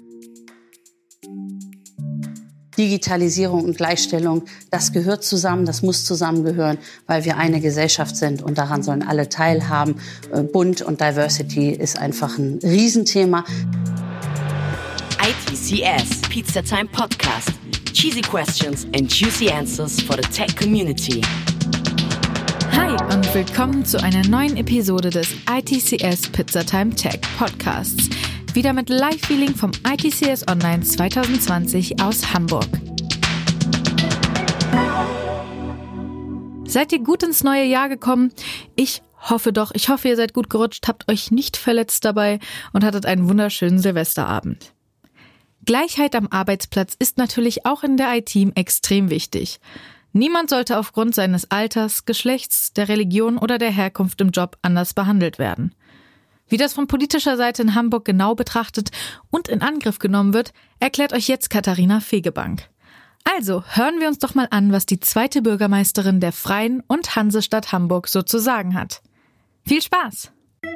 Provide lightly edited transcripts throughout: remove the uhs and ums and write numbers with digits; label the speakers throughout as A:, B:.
A: Digitalisierung und Gleichstellung, das gehört zusammen, das muss zusammengehören, weil wir eine Gesellschaft sind und daran sollen alle teilhaben. Bunt und Diversity ist einfach ein Riesenthema.
B: ITCS Pizza Time Podcast. Cheesy questions and juicy answers for the tech community.
C: Hi und willkommen zu einer neuen Episode des ITCS Pizza Time Tech Podcasts. Wieder mit Live-Feeling vom ITCS Online 2020 aus Hamburg. Seid ihr gut ins neue Jahr gekommen? Ich hoffe doch. Ich hoffe, ihr seid gut gerutscht, habt euch nicht verletzt dabei und hattet einen wunderschönen Silvesterabend. Gleichheit am Arbeitsplatz ist natürlich auch in der IT extrem wichtig. Niemand sollte aufgrund seines Alters, Geschlechts, der Religion oder der Herkunft im Job anders behandelt werden. Wie das von politischer Seite in Hamburg genau betrachtet und in Angriff genommen wird, erklärt euch jetzt Katharina Fegebank. Also hören wir uns doch mal an, was die zweite Bürgermeisterin der Freien und Hansestadt Hamburg so zu sagen hat. Viel Spaß!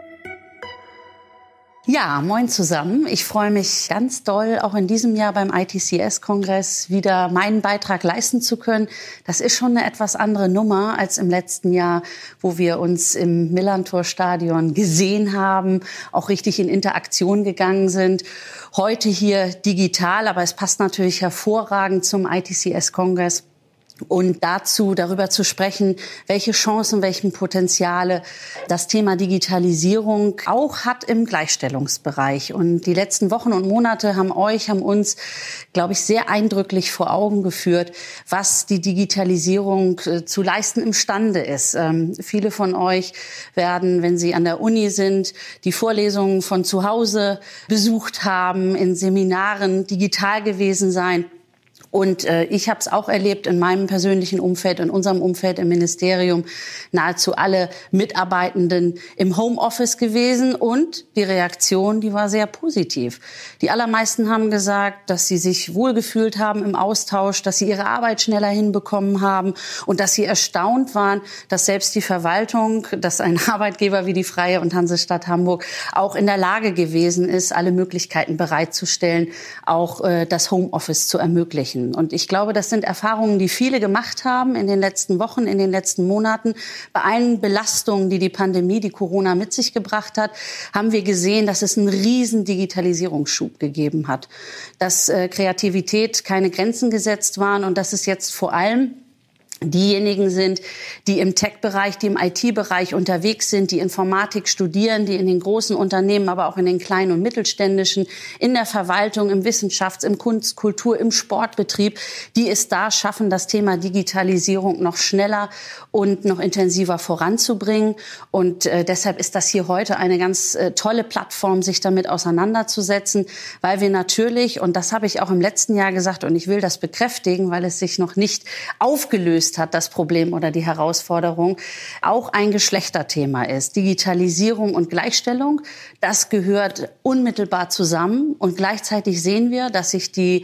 A: Ja, moin zusammen. Ich freue mich ganz doll, auch in diesem Jahr beim ITCS-Kongress wieder meinen Beitrag leisten zu können. Das ist schon eine etwas andere Nummer als im letzten Jahr, wo wir uns im Millantor-Stadion gesehen haben, auch richtig in Interaktion gegangen sind. Heute hier digital, aber es passt natürlich hervorragend zum ITCS-Kongress. Und darüber zu sprechen, welche Chancen, welche Potenziale das Thema Digitalisierung auch hat im Gleichstellungsbereich. Und die letzten Wochen und Monate haben uns, glaube ich, sehr eindrücklich vor Augen geführt, was die Digitalisierung zu leisten imstande ist. Viele von euch werden, wenn sie an der Uni sind, die Vorlesungen von zu Hause besucht haben, in Seminaren digital gewesen sein. Und ich habe es auch erlebt in meinem persönlichen Umfeld, in unserem Umfeld im Ministerium, nahezu alle Mitarbeitenden im Homeoffice gewesen und die Reaktion, die war sehr positiv. Die allermeisten haben gesagt, dass sie sich wohlgefühlt haben im Austausch, dass sie ihre Arbeit schneller hinbekommen haben und dass sie erstaunt waren, dass selbst die Verwaltung, dass ein Arbeitgeber wie die Freie und Hansestadt Hamburg auch in der Lage gewesen ist, alle Möglichkeiten bereitzustellen, auch das Homeoffice zu ermöglichen. Und ich glaube, das sind Erfahrungen, die viele gemacht haben in den letzten Wochen, in den letzten Monaten. Bei allen Belastungen, die die Pandemie, die Corona mit sich gebracht hat, haben wir gesehen, dass es einen riesen Digitalisierungsschub gegeben hat. Dass Kreativität keine Grenzen gesetzt waren und dass es jetzt vor allem diejenigen sind, die im Tech-Bereich, die im IT-Bereich unterwegs sind, die Informatik studieren, die in den großen Unternehmen, aber auch in den kleinen und mittelständischen, in der Verwaltung, im Wissenschafts-, im Kunst-, Kultur-, im Sportbetrieb, die es da schaffen, das Thema Digitalisierung noch schneller und noch intensiver voranzubringen. Und deshalb ist das hier heute eine ganz tolle Plattform, sich damit auseinanderzusetzen, weil wir natürlich, und das habe ich auch im letzten Jahr gesagt und ich will das bekräftigen, weil es sich noch nicht aufgelöst hat, das Problem oder die Herausforderung, auch ein Geschlechterthema ist. Digitalisierung und Gleichstellung, das gehört unmittelbar zusammen. Und gleichzeitig sehen wir, dass sich die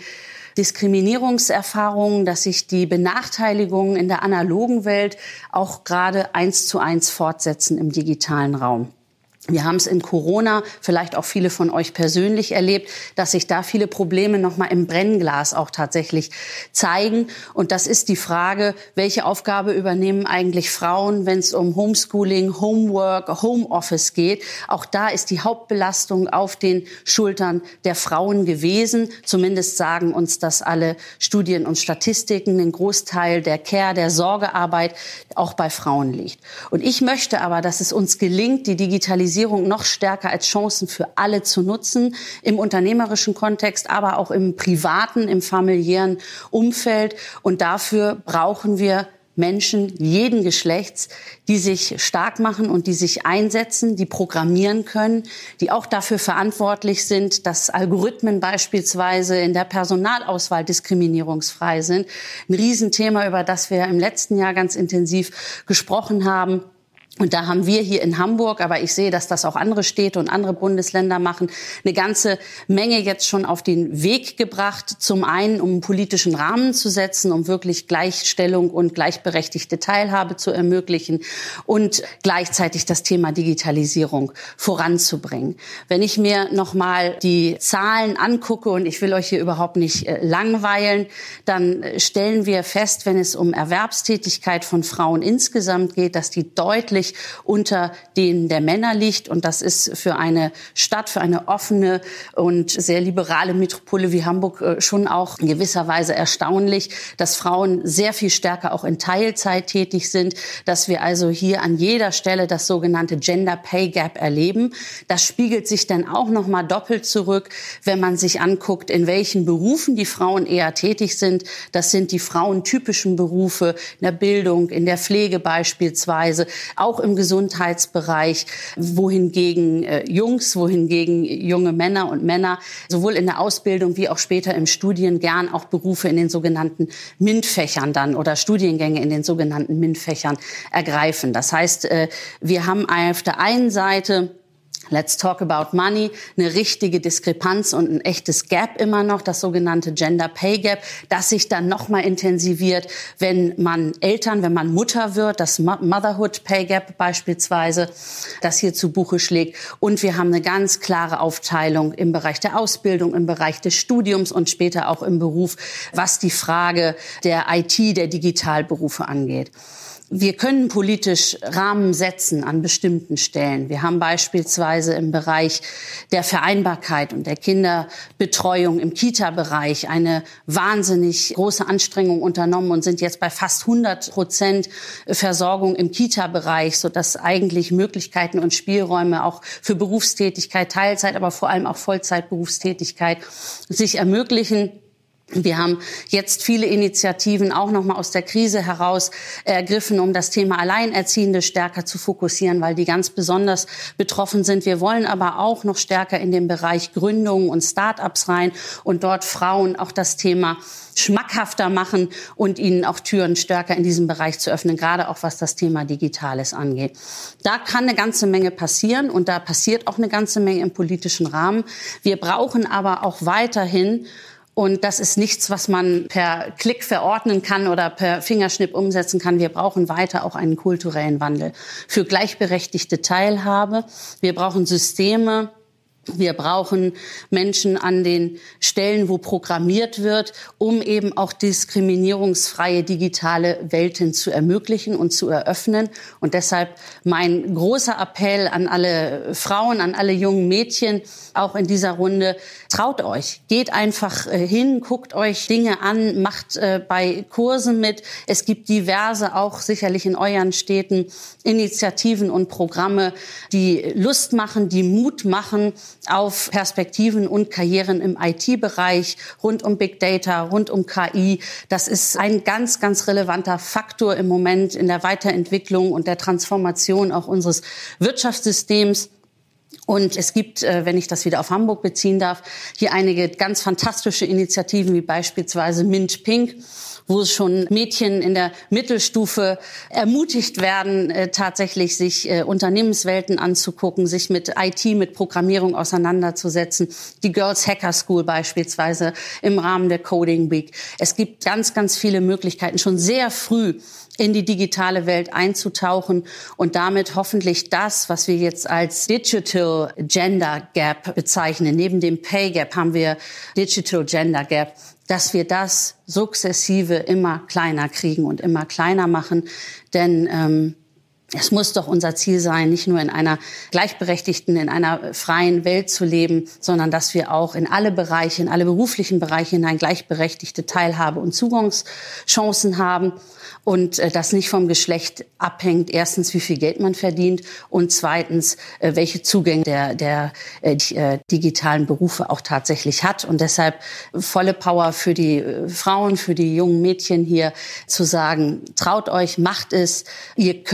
A: Diskriminierungserfahrungen, dass sich die Benachteiligungen in der analogen Welt auch gerade 1:1 fortsetzen im digitalen Raum. Wir haben es in Corona, vielleicht auch viele von euch persönlich erlebt, dass sich da viele Probleme nochmal im Brennglas auch tatsächlich zeigen. Und das ist die Frage, welche Aufgabe übernehmen eigentlich Frauen, wenn es um Homeschooling, Homework, Homeoffice geht. Auch da ist die Hauptbelastung auf den Schultern der Frauen gewesen. Zumindest sagen uns das alle Studien und Statistiken. Ein Großteil der Care, der Sorgearbeit auch bei Frauen liegt. Und ich möchte aber, dass es uns gelingt, die Digitalisierung noch stärker als Chancen für alle zu nutzen, im unternehmerischen Kontext, aber auch im privaten, im familiären Umfeld. Und dafür brauchen wir Menschen jeden Geschlechts, die sich stark machen und die sich einsetzen, die programmieren können, die auch dafür verantwortlich sind, dass Algorithmen beispielsweise in der Personalauswahl diskriminierungsfrei sind. Ein Riesenthema, über das wir im letzten Jahr ganz intensiv gesprochen haben. Und da haben wir hier in Hamburg, aber ich sehe, dass das auch andere Städte und andere Bundesländer machen, eine ganze Menge jetzt schon auf den Weg gebracht. Zum einen, um einen politischen Rahmen zu setzen, um wirklich Gleichstellung und gleichberechtigte Teilhabe zu ermöglichen und gleichzeitig das Thema Digitalisierung voranzubringen. Wenn ich mir nochmal die Zahlen angucke, und ich will euch hier überhaupt nicht langweilen, dann stellen wir fest, wenn es um Erwerbstätigkeit von Frauen insgesamt geht, dass die deutlich unter denen der Männer liegt. Und das ist für eine Stadt, für eine offene und sehr liberale Metropole wie Hamburg schon auch in gewisser Weise erstaunlich, dass Frauen sehr viel stärker auch in Teilzeit tätig sind, dass wir also hier an jeder Stelle das sogenannte Gender Pay Gap erleben. Das spiegelt sich dann auch noch mal doppelt zurück, wenn man sich anguckt, in welchen Berufen die Frauen eher tätig sind. Das sind die frauentypischen Berufe in der Bildung, in der Pflege beispielsweise, auch im Gesundheitsbereich, wohingegen junge Männer und Männer sowohl in der Ausbildung wie auch später im Studien gern auch Berufe in den sogenannten MINT-Fächern dann oder Studiengänge in den sogenannten MINT-Fächern ergreifen. Das heißt, wir haben auf der einen Seite Let's talk about money, eine richtige Diskrepanz und ein echtes Gap immer noch, das sogenannte Gender Pay Gap, das sich dann noch mal intensiviert, wenn man Mutter wird, das Motherhood Pay Gap beispielsweise, das hier zu Buche schlägt. Und wir haben eine ganz klare Aufteilung im Bereich der Ausbildung, im Bereich des Studiums und später auch im Beruf, was die Frage der IT, der Digitalberufe angeht. Wir können politisch Rahmen setzen an bestimmten Stellen. Wir haben beispielsweise im Bereich der Vereinbarkeit und der Kinderbetreuung im Kita-Bereich eine wahnsinnig große Anstrengung unternommen und sind jetzt bei fast 100% Versorgung im Kita-Bereich, sodass eigentlich Möglichkeiten und Spielräume auch für Berufstätigkeit, Teilzeit, aber vor allem auch Vollzeitberufstätigkeit sich ermöglichen. Wir haben jetzt viele Initiativen auch noch mal aus der Krise heraus ergriffen, um das Thema Alleinerziehende stärker zu fokussieren, weil die ganz besonders betroffen sind. Wir wollen aber auch noch stärker in den Bereich Gründungen und Start-ups rein und dort Frauen auch das Thema schmackhafter machen und ihnen auch Türen stärker in diesem Bereich zu öffnen, gerade auch was das Thema Digitales angeht. Da kann eine ganze Menge passieren und da passiert auch eine ganze Menge im politischen Rahmen. Wir brauchen aber auch weiterhin, und das ist nichts, was man per Klick verordnen kann oder per Fingerschnipp umsetzen kann. Wir brauchen weiter auch einen kulturellen Wandel für gleichberechtigte Teilhabe. Wir brauchen Systeme. Wir brauchen Menschen an den Stellen, wo programmiert wird, um eben auch diskriminierungsfreie digitale Welten zu ermöglichen und zu eröffnen. Und deshalb mein großer Appell an alle Frauen, an alle jungen Mädchen, auch in dieser Runde: Traut euch, geht einfach hin, guckt euch Dinge an, macht bei Kursen mit. Es gibt diverse, auch sicherlich in euren Städten, Initiativen und Programme, die Lust machen, die Mut machen auf Perspektiven und Karrieren im IT-Bereich, rund um Big Data, rund um KI. Das ist ein ganz, ganz relevanter Faktor im Moment in der Weiterentwicklung und der Transformation auch unseres Wirtschaftssystems. Und es gibt, wenn ich das wieder auf Hamburg beziehen darf, hier einige ganz fantastische Initiativen, wie beispielsweise Mint Pink, wo schon Mädchen in der Mittelstufe ermutigt werden, tatsächlich sich Unternehmenswelten anzugucken, sich mit IT, mit Programmierung auseinanderzusetzen. Die Girls Hacker School beispielsweise im Rahmen der Coding Week. Es gibt ganz, ganz viele Möglichkeiten, schon sehr früh in die digitale Welt einzutauchen und damit hoffentlich das, was wir jetzt als Digital Gender Gap bezeichnen. Neben dem Pay Gap haben wir Digital Gender Gap, dass wir das sukzessive immer kleiner kriegen und immer kleiner machen. Denn es muss doch unser Ziel sein, nicht nur in einer gleichberechtigten, in einer freien Welt zu leben, sondern dass wir auch in alle Bereiche, in alle beruflichen Bereiche hinein gleichberechtigte Teilhabe und Zugangschancen haben. Und das nicht vom Geschlecht abhängt. Erstens, wie viel Geld man verdient und zweitens, welche Zugänge der digitalen Berufe auch tatsächlich hat. Und deshalb volle Power für die Frauen, für die jungen Mädchen hier zu sagen, traut euch, macht es. Ihr könnt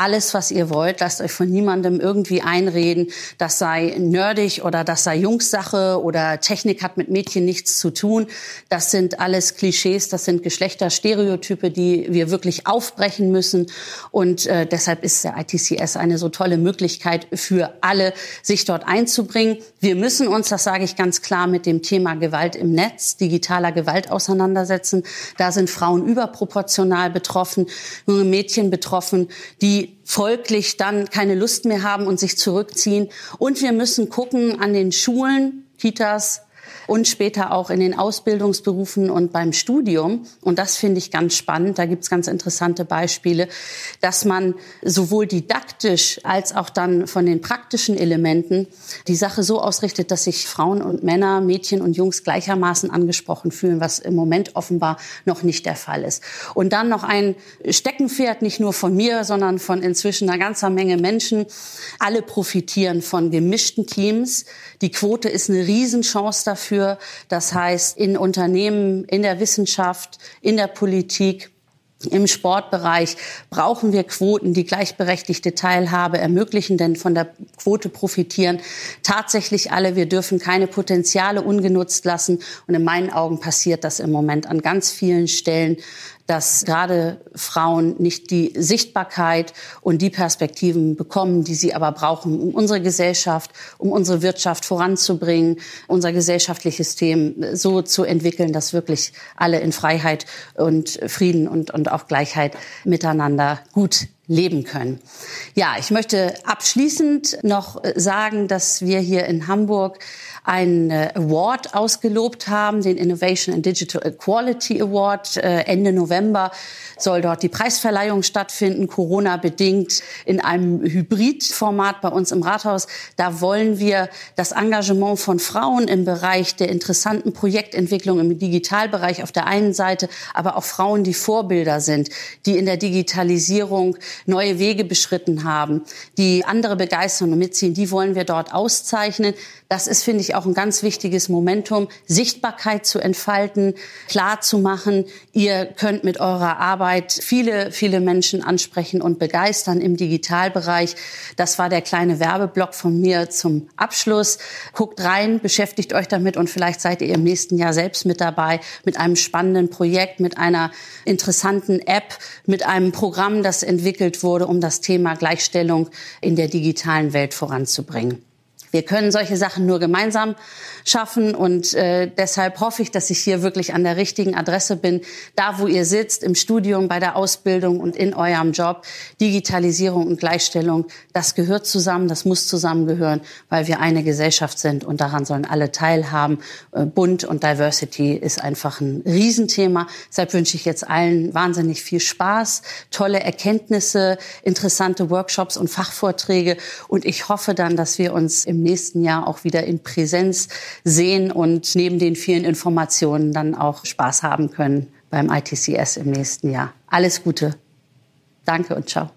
A: alles, was ihr wollt. Lasst euch von niemandem irgendwie einreden, das sei nerdig oder das sei Jungssache oder Technik hat mit Mädchen nichts zu tun. Das sind alles Klischees, das sind Geschlechterstereotype, die wir wirklich aufbrechen müssen. Und deshalb ist der ITCS eine so tolle Möglichkeit für alle, sich dort einzubringen. Wir müssen uns, das sage ich ganz klar, mit dem Thema Gewalt im Netz, digitaler Gewalt auseinandersetzen. Da sind Frauen überproportional betroffen, junge Mädchen betroffen, die folglich dann keine Lust mehr haben und sich zurückziehen. Und wir müssen gucken an den Schulen, Kitas und später auch in den Ausbildungsberufen und beim Studium. Und das finde ich ganz spannend. Da gibt es ganz interessante Beispiele, dass man sowohl didaktisch als auch dann von den praktischen Elementen die Sache so ausrichtet, dass sich Frauen und Männer, Mädchen und Jungs gleichermaßen angesprochen fühlen, was im Moment offenbar noch nicht der Fall ist. Und dann noch ein Steckenpferd, nicht nur von mir, sondern von inzwischen einer ganzen Menge Menschen. Alle profitieren von gemischten Teams. Die Quote ist eine Riesenchance dafür. Das heißt, in Unternehmen, in der Wissenschaft, in der Politik, im Sportbereich brauchen wir Quoten, die gleichberechtigte Teilhabe ermöglichen, denn von der Quote profitieren tatsächlich alle. Wir dürfen keine Potenziale ungenutzt lassen. Und in meinen Augen passiert das im Moment an ganz vielen Stellen, dass gerade Frauen nicht die Sichtbarkeit und die Perspektiven bekommen, die sie aber brauchen, um unsere Gesellschaft, um unsere Wirtschaft voranzubringen, unser gesellschaftliches System so zu entwickeln, dass wirklich alle in Freiheit und Frieden und auch Gleichheit miteinander gut leben können. Ja, ich möchte abschließend noch sagen, dass wir hier in Hamburg einen Award ausgelobt haben, den Innovation and Digital Equality Award. Ende November soll dort die Preisverleihung stattfinden, Corona-bedingt in einem Hybridformat bei uns im Rathaus. Da wollen wir das Engagement von Frauen im Bereich der interessanten Projektentwicklung im Digitalbereich auf der einen Seite, aber auch Frauen, die Vorbilder sind, die in der Digitalisierung neue Wege beschritten haben, die andere begeistern und mitziehen, die wollen wir dort auszeichnen. Das ist, finde ich, auch ein ganz wichtiges Momentum, Sichtbarkeit zu entfalten, klar zu machen, ihr könnt mit eurer Arbeit viele, viele Menschen ansprechen und begeistern im Digitalbereich. Das war der kleine Werbeblock von mir zum Abschluss. Guckt rein, beschäftigt euch damit und vielleicht seid ihr im nächsten Jahr selbst mit dabei, mit einem spannenden Projekt, mit einer interessanten App, mit einem Programm, das entwickelt wurde, um das Thema Gleichstellung in der digitalen Welt voranzubringen. Wir können solche Sachen nur gemeinsam schaffen und deshalb hoffe ich, dass ich hier wirklich an der richtigen Adresse bin, da wo ihr sitzt, im Studium, bei der Ausbildung und in eurem Job. Digitalisierung und Gleichstellung, das gehört zusammen, das muss zusammengehören, weil wir eine Gesellschaft sind und daran sollen alle teilhaben. Bunt und Diversity ist einfach ein Riesenthema. Deshalb wünsche ich jetzt allen wahnsinnig viel Spaß, tolle Erkenntnisse, interessante Workshops und Fachvorträge und ich hoffe dann, dass wir uns im nächsten Jahr auch wieder in Präsenz sehen und neben den vielen Informationen dann auch Spaß haben können beim ITCS im nächsten Jahr. Alles Gute. Danke und ciao.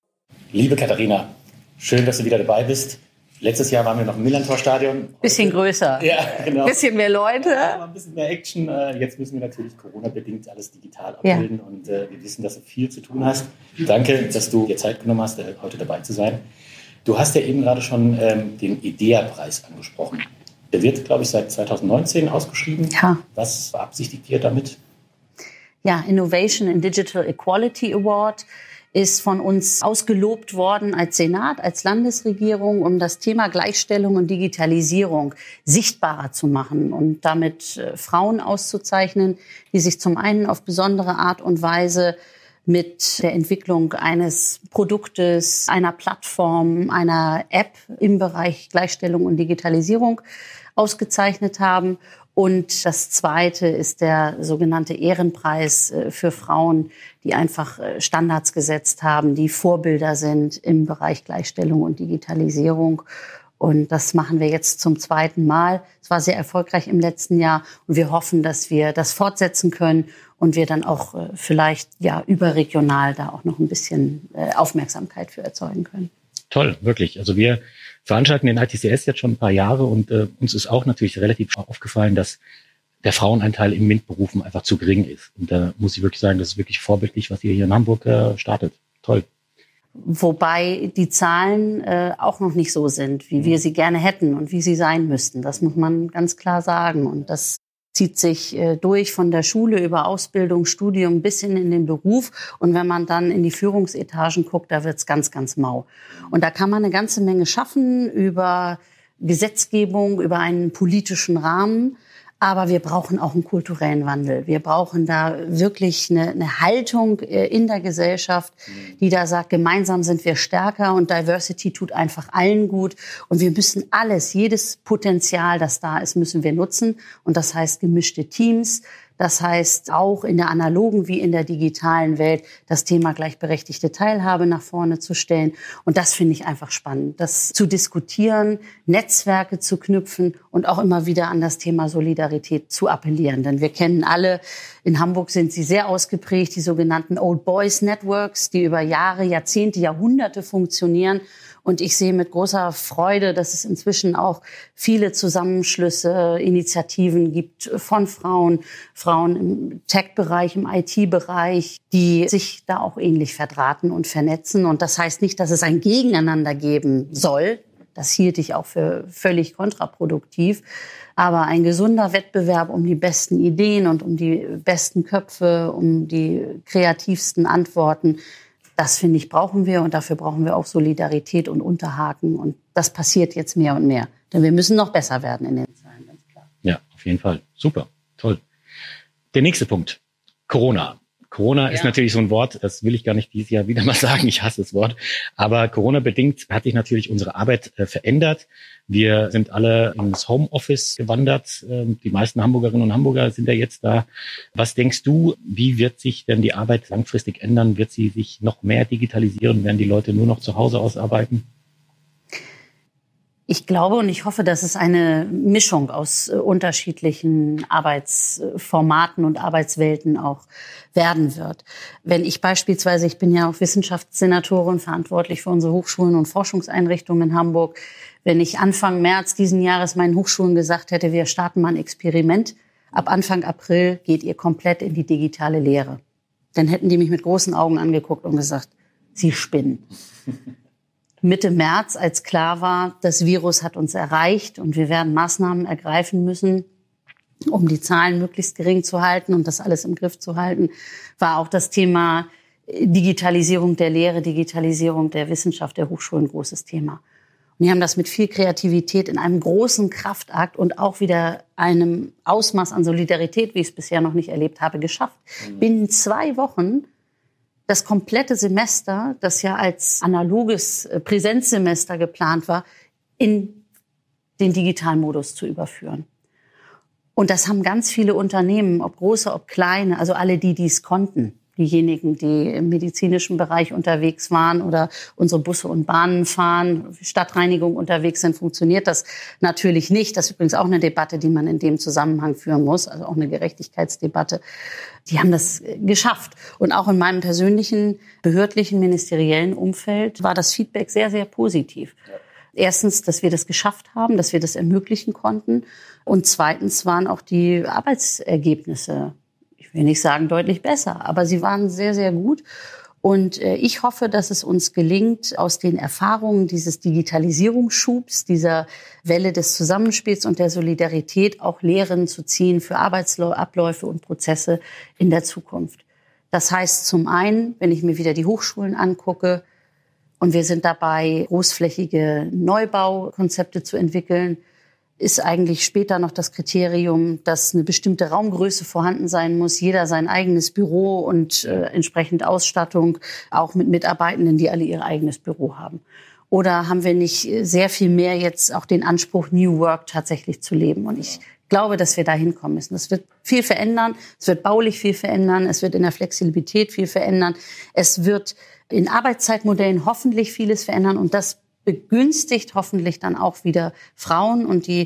D: Liebe Katharina, schön, dass du wieder dabei bist. Letztes Jahr waren wir noch im Millantor-Stadion.
A: Bisschen größer.
D: Ja, genau.
A: Bisschen mehr Leute.
D: Ja, ein bisschen mehr Action. Jetzt müssen wir natürlich Corona-bedingt alles digital abbilden und wir wissen, dass du viel zu tun hast. Danke, dass du dir Zeit genommen hast, heute dabei zu sein. Du hast ja eben gerade schon den IDEA-Preis angesprochen. Der wird, glaube ich, seit 2019 ausgeschrieben.
A: Ja.
D: Was beabsichtigt ihr damit?
A: Ja, Innovation and Digital Equality Award ist von uns ausgelobt worden als Senat, als Landesregierung, um das Thema Gleichstellung und Digitalisierung sichtbarer zu machen und damit Frauen auszuzeichnen, die sich zum einen auf besondere Art und Weise mit der Entwicklung eines Produktes, einer Plattform, einer App im Bereich Gleichstellung und Digitalisierung ausgezeichnet haben. Und das Zweite ist der sogenannte Ehrenpreis für Frauen, die einfach Standards gesetzt haben, die Vorbilder sind im Bereich Gleichstellung und Digitalisierung. Und das machen wir jetzt zum zweiten Mal. Es war sehr erfolgreich im letzten Jahr und wir hoffen, dass wir das fortsetzen können und wir dann auch vielleicht ja überregional da auch noch ein bisschen Aufmerksamkeit für erzeugen können.
D: Toll, wirklich. Also wir veranstalten den ITCS jetzt schon ein paar Jahre und uns ist auch natürlich relativ aufgefallen, dass der Frauenanteil in MINT-Berufen einfach zu gering ist. Und da muss ich wirklich sagen, das ist wirklich vorbildlich, was ihr hier in Hamburg startet. Toll.
A: Wobei die Zahlen auch noch nicht so sind, wie wir sie gerne hätten und wie sie sein müssten. Das muss man ganz klar sagen. Und das zieht sich durch von der Schule über Ausbildung, Studium bis hin in den Beruf. Und wenn man dann in die Führungsetagen guckt, da wird's ganz, ganz mau. Und da kann man eine ganze Menge schaffen über Gesetzgebung, über einen politischen Rahmen. Aber wir brauchen auch einen kulturellen Wandel. Wir brauchen da wirklich eine Haltung in der Gesellschaft, die da sagt, gemeinsam sind wir stärker und Diversity tut einfach allen gut. Und wir müssen jedes Potenzial, das da ist, müssen wir nutzen. Und das heißt gemischte Teams. Das heißt auch in der analogen wie in der digitalen Welt das Thema gleichberechtigte Teilhabe nach vorne zu stellen. Und das finde ich einfach spannend, das zu diskutieren, Netzwerke zu knüpfen und auch immer wieder an das Thema Solidarität zu appellieren. Denn wir kennen alle, in Hamburg sind sie sehr ausgeprägt, die sogenannten Old Boys Networks, die über Jahre, Jahrzehnte, Jahrhunderte funktionieren. Und ich sehe mit großer Freude, dass es inzwischen auch viele Zusammenschlüsse, Initiativen gibt von Frauen im Tech-Bereich, im IT-Bereich, die sich da auch ähnlich verdrahten und vernetzen. Und das heißt nicht, dass es ein Gegeneinander geben soll. Das hielt ich auch für völlig kontraproduktiv. Aber ein gesunder Wettbewerb um die besten Ideen und um die besten Köpfe, um die kreativsten Antworten, das, finde ich, brauchen wir. Und dafür brauchen wir auch Solidarität und Unterhaken. Und das passiert jetzt mehr und mehr. Denn wir müssen noch besser werden in den Zahlen, ganz klar.
D: Ja, auf jeden Fall. Super. Toll. Der nächste Punkt. Corona. Corona ist natürlich so ein Wort, das will ich gar nicht dieses Jahr wieder mal sagen, ich hasse das Wort, aber Corona-bedingt hat sich natürlich unsere Arbeit verändert. Wir sind alle ins Homeoffice gewandert. Die meisten Hamburgerinnen und Hamburger sind ja jetzt da. Was denkst du, wie wird sich denn die Arbeit langfristig ändern? Wird sie sich noch mehr digitalisieren? Werden die Leute nur noch zu Hause ausarbeiten?
A: Ich glaube und ich hoffe, dass es eine Mischung aus unterschiedlichen Arbeitsformaten und Arbeitswelten auch werden wird. Wenn ich beispielsweise, ich bin ja auch Wissenschaftssenatorin, verantwortlich für unsere Hochschulen und Forschungseinrichtungen in Hamburg, wenn ich Anfang März diesen Jahres meinen Hochschulen gesagt hätte, wir starten mal ein Experiment, ab Anfang April geht ihr komplett in die digitale Lehre. Dann hätten die mich mit großen Augen angeguckt und gesagt, Sie spinnen. Mitte März, als klar war, das Virus hat uns erreicht und wir werden Maßnahmen ergreifen müssen, um die Zahlen möglichst gering zu halten und das alles im Griff zu halten, war auch das Thema Digitalisierung der Lehre, Digitalisierung der Wissenschaft, der Hochschulen ein großes Thema. Und die haben das mit viel Kreativität in einem großen Kraftakt und auch wieder einem Ausmaß an Solidarität, wie ich es bisher noch nicht erlebt habe, geschafft. Binnen 2 Wochen das komplette Semester, das ja als analoges Präsenzsemester geplant war, in den digitalen Modus zu überführen. Und das haben ganz viele Unternehmen, ob große, ob kleine, also alle, die es konnten. Diejenigen, die im medizinischen Bereich unterwegs waren oder unsere Busse und Bahnen fahren, Stadtreinigung unterwegs sind, funktioniert das natürlich nicht. Das ist übrigens auch eine Debatte, die man in dem Zusammenhang führen muss, also auch eine Gerechtigkeitsdebatte. Die haben das geschafft. Und auch in meinem persönlichen, behördlichen, ministeriellen Umfeld war das Feedback sehr, sehr positiv. Erstens, dass wir das geschafft haben, dass wir das ermöglichen konnten. Und zweitens waren auch die Arbeitsergebnisse, ich will nicht sagen deutlich besser, aber sie waren sehr, sehr gut. Und ich hoffe, dass es uns gelingt, aus den Erfahrungen dieses Digitalisierungsschubs, dieser Welle des Zusammenspiels und der Solidarität auch Lehren zu ziehen für Arbeitsabläufe und Prozesse in der Zukunft. Das heißt zum einen, wenn ich mir wieder die Hochschulen angucke, und wir sind dabei, großflächige Neubaukonzepte zu entwickeln, ist eigentlich später noch das Kriterium, dass eine bestimmte Raumgröße vorhanden sein muss, jeder sein eigenes Büro und entsprechend Ausstattung, auch mit Mitarbeitenden, die alle ihr eigenes Büro haben. Oder haben wir nicht sehr viel mehr jetzt auch den Anspruch, New Work tatsächlich zu leben? Und ich glaube, dass wir da hinkommen müssen. Es wird viel verändern, es wird baulich viel verändern, es wird in der Flexibilität viel verändern, es wird in Arbeitszeitmodellen hoffentlich vieles verändern und das begünstigt hoffentlich dann auch wieder Frauen und die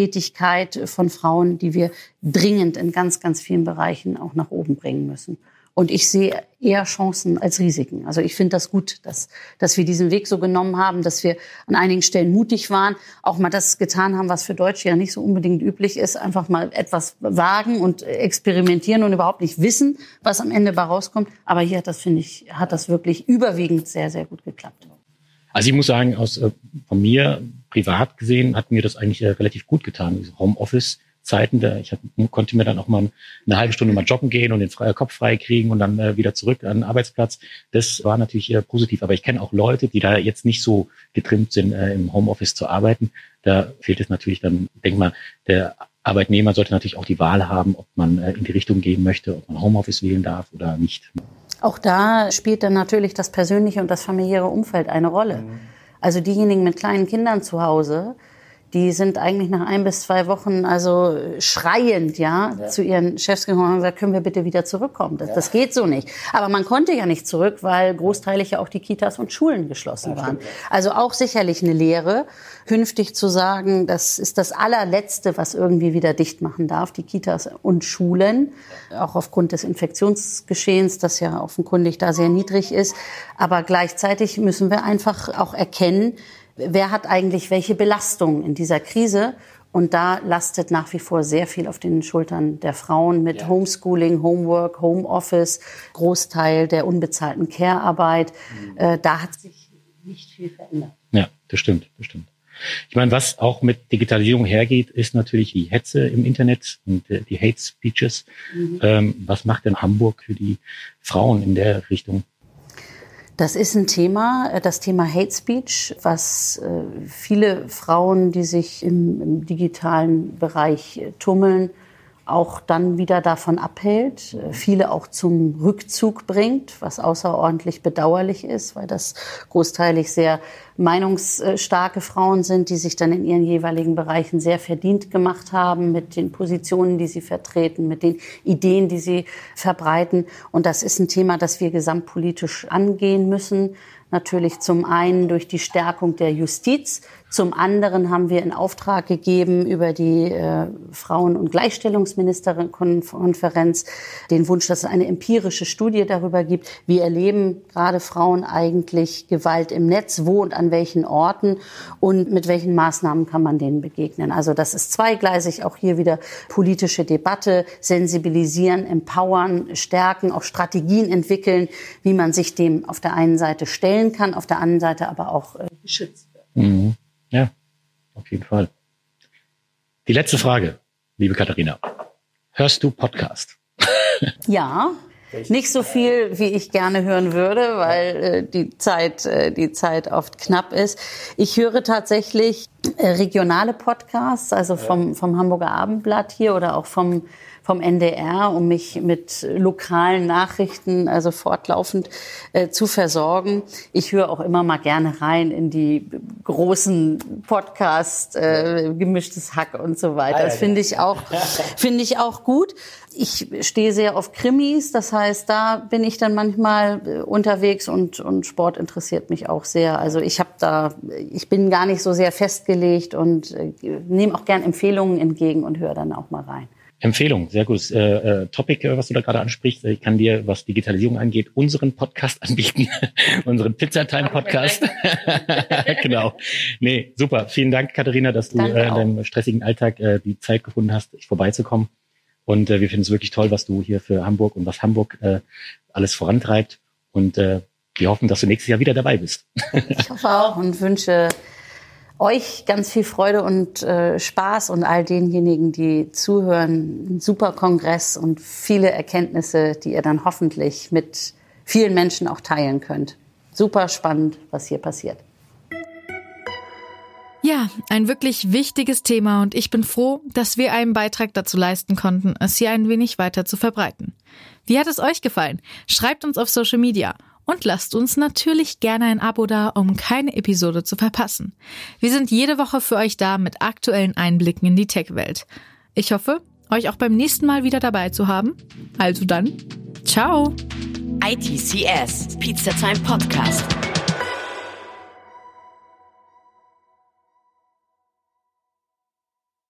A: Erwerbstätigkeit von Frauen, die wir dringend in ganz, ganz vielen Bereichen auch nach oben bringen müssen. Und ich sehe eher Chancen als Risiken. Also ich finde das gut, dass wir diesen Weg so genommen haben, dass wir an einigen Stellen mutig waren, auch mal das getan haben, was für Deutsche ja nicht so unbedingt üblich ist, einfach mal etwas wagen und experimentieren und überhaupt nicht wissen, was am Ende bei rauskommt. Aber hier hat das wirklich überwiegend sehr, sehr gut geklappt.
D: Also ich muss sagen, von mir privat gesehen hat mir das eigentlich relativ gut getan, diese Homeoffice-Zeiten. Ich konnte mir dann auch mal eine halbe Stunde mal joggen gehen und den Kopf frei kriegen und dann wieder zurück an den Arbeitsplatz. Das war natürlich positiv. Aber ich kenne auch Leute, die da jetzt nicht so getrimmt sind, im Homeoffice zu arbeiten. Da fehlt es natürlich dann, denk mal, der Arbeitnehmer sollte natürlich auch die Wahl haben, ob man in die Richtung gehen möchte, ob man Homeoffice wählen darf oder nicht.
A: Auch da spielt dann natürlich das persönliche und das familiäre Umfeld eine Rolle. Also diejenigen mit kleinen Kindern zu Hause, die sind eigentlich nach 1 bis 2 Wochen also schreiend zu ihren Chefs gekommen und haben gesagt, können wir bitte wieder zurückkommen? Das geht so nicht. Aber man konnte ja nicht zurück, weil großteilig ja auch die Kitas und Schulen geschlossen waren. Also auch sicherlich eine Lehre, künftig zu sagen, das ist das allerletzte, was irgendwie wieder dicht machen darf, die Kitas und Schulen, auch aufgrund des Infektionsgeschehens, das ja offenkundig da sehr niedrig ist. Aber gleichzeitig müssen wir einfach auch erkennen, wer hat eigentlich welche Belastung in dieser Krise? Und da lastet nach wie vor sehr viel auf den Schultern der Frauen mit Homeschooling, Homework, Homeoffice, Großteil der unbezahlten Care-Arbeit. Da hat sich nicht viel verändert.
D: Ja, das stimmt. Ich meine, was auch mit Digitalisierung hergeht, ist natürlich die Hetze im Internet und die Hate Speeches. Was macht denn Hamburg für die Frauen in der Richtung?
A: Das ist ein Thema, das Thema Hate Speech, was viele Frauen, die sich im digitalen Bereich tummeln, auch dann wieder davon abhält, viele auch zum Rückzug bringt, was außerordentlich bedauerlich ist, weil das großteilig sehr meinungsstarke Frauen sind, die sich dann in ihren jeweiligen Bereichen sehr verdient gemacht haben mit den Positionen, die sie vertreten, mit den Ideen, die sie verbreiten. Und das ist ein Thema, das wir gesamtpolitisch angehen müssen. Natürlich zum einen durch die Stärkung der Justiz. Zum anderen haben wir in Auftrag gegeben über die Frauen- und Gleichstellungsministerinnenkonferenz den Wunsch, dass es eine empirische Studie darüber gibt, wie erleben gerade Frauen eigentlich Gewalt im Netz, wo und an welchen Orten und mit welchen Maßnahmen kann man denen begegnen. Also das ist zweigleisig, auch hier wieder politische Debatte, sensibilisieren, empowern, stärken, auch Strategien entwickeln, wie man sich dem auf der einen Seite stellen kann, auf der anderen Seite aber auch geschützt wird.
D: Mhm. Ja, auf jeden Fall. Die letzte Frage, liebe Katharina. Hörst du Podcast?
A: Ja, nicht so viel, wie ich gerne hören würde, weil die Zeit oft knapp ist. Ich höre tatsächlich regionale Podcasts, also vom Hamburger Abendblatt hier oder auch vom NDR, um mich mit lokalen Nachrichten also fortlaufend zu versorgen. Ich höre auch immer mal gerne rein in die großen Podcasts, Gemischtes Hack und so weiter. Das finde ich auch gut. Ich stehe sehr auf Krimis, das heißt, da bin ich dann manchmal unterwegs und Sport interessiert mich auch sehr. Also ich bin gar nicht so sehr festgelegt und nehme auch gern Empfehlungen entgegen und höre dann auch mal rein.
D: Empfehlung, sehr gutes Topic, was du da gerade ansprichst. Ich kann dir, was Digitalisierung angeht, unseren Podcast anbieten, unseren Pizzatime-Podcast. Genau. Nee, super. Vielen Dank, Katharina, dass du in deinem stressigen Alltag die Zeit gefunden hast, vorbeizukommen. Und wir finden es wirklich toll, was du hier für Hamburg und was Hamburg alles vorantreibt. Und wir hoffen, dass du nächstes Jahr wieder dabei bist.
A: Ich hoffe auch und wünsche euch ganz viel Freude und Spaß und all denjenigen, die zuhören, einen super Kongress und viele Erkenntnisse, die ihr dann hoffentlich mit vielen Menschen auch teilen könnt. Super spannend, was hier passiert.
C: Ja, ein wirklich wichtiges Thema und ich bin froh, dass wir einen Beitrag dazu leisten konnten, es hier ein wenig weiter zu verbreiten. Wie hat es euch gefallen? Schreibt uns auf Social Media. Und lasst uns natürlich gerne ein Abo da, um keine Episode zu verpassen. Wir sind jede Woche für euch da mit aktuellen Einblicken in die Tech-Welt. Ich hoffe, euch auch beim nächsten Mal wieder dabei zu haben. Also dann, ciao!
B: ITCS, Pizza Time Podcast.